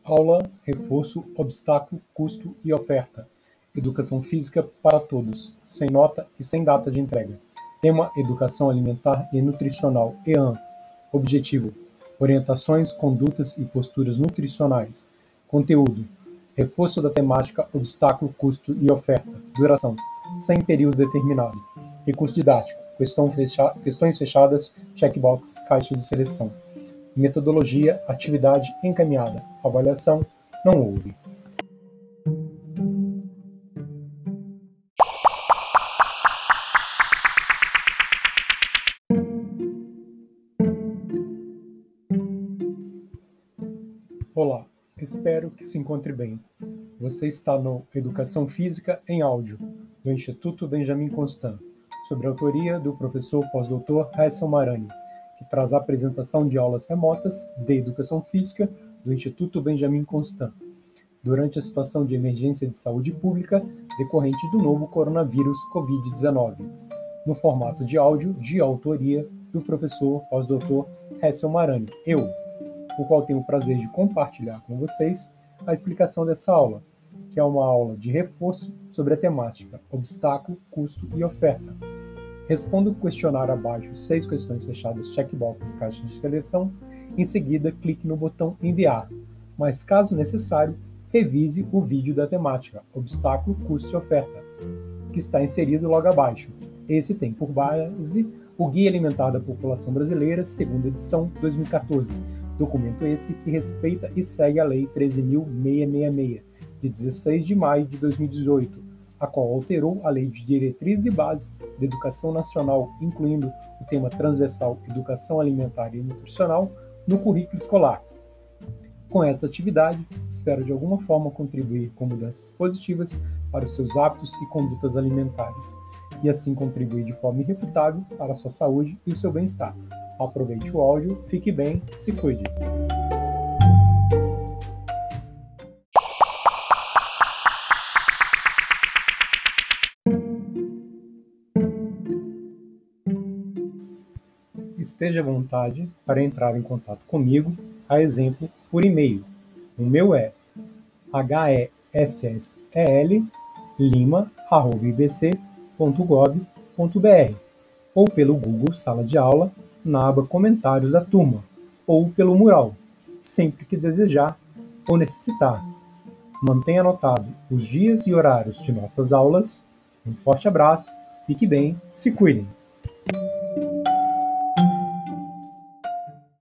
Aula, reforço, obstáculo, custo e oferta. Educação física para todos, sem nota e sem data de entrega. Tema: Educação alimentar e nutricional, EAN. Objetivo: orientações, condutas e posturas nutricionais. Conteúdo: reforço da temática, obstáculo, custo e oferta. Duração: sem período determinado. Recurso didático: questões fechadas, checkbox, caixa de seleção. Metodologia: atividade encaminhada. Avaliação: não houve. Olá, espero que se encontre bem. Você está no Educação Física em Áudio, do Instituto Benjamin Constant, sob a autoria do professor pós-doutor Hessel Marani, que traz a apresentação de aulas remotas de Educação Física do Instituto Benjamin Constant, durante a situação de emergência de saúde pública decorrente do novo coronavírus Covid-19, no formato de áudio de autoria do professor pós-doutor Hessel Marani, o qual tenho o prazer de compartilhar com vocês a explicação dessa aula, que é uma aula de reforço sobre a temática obstáculo, custo e oferta. Responda o questionário abaixo, 6 questões fechadas, checkbox, caixa de seleção. Em seguida, clique no botão enviar, mas caso necessário, revise o vídeo da temática obstáculo, custo e oferta, que está inserido logo abaixo. Esse tem por base o Guia Alimentar da População Brasileira, segunda edição, 2014. Documento esse que respeita e segue a Lei 13.666, de 16 de maio de 2018, a qual alterou a Lei de Diretrizes e Bases da Educação Nacional, incluindo o tema transversal Educação Alimentar e Nutricional no currículo escolar. Com essa atividade, espero de alguma forma contribuir com mudanças positivas para os seus hábitos e condutas alimentares, e assim contribuir de forma irrefutável para a sua saúde e o seu bem-estar. Aproveite o áudio, fique bem, se cuide. Esteja à vontade para entrar em contato comigo, a exemplo, por e-mail. O meu é hessellima@ibc.gov.br ou pelo Google Sala de Aula, na aba Comentários da Turma, ou pelo mural, sempre que desejar ou necessitar. Mantenha anotado os dias e horários de nossas aulas. Um forte abraço, fique bem, se cuidem!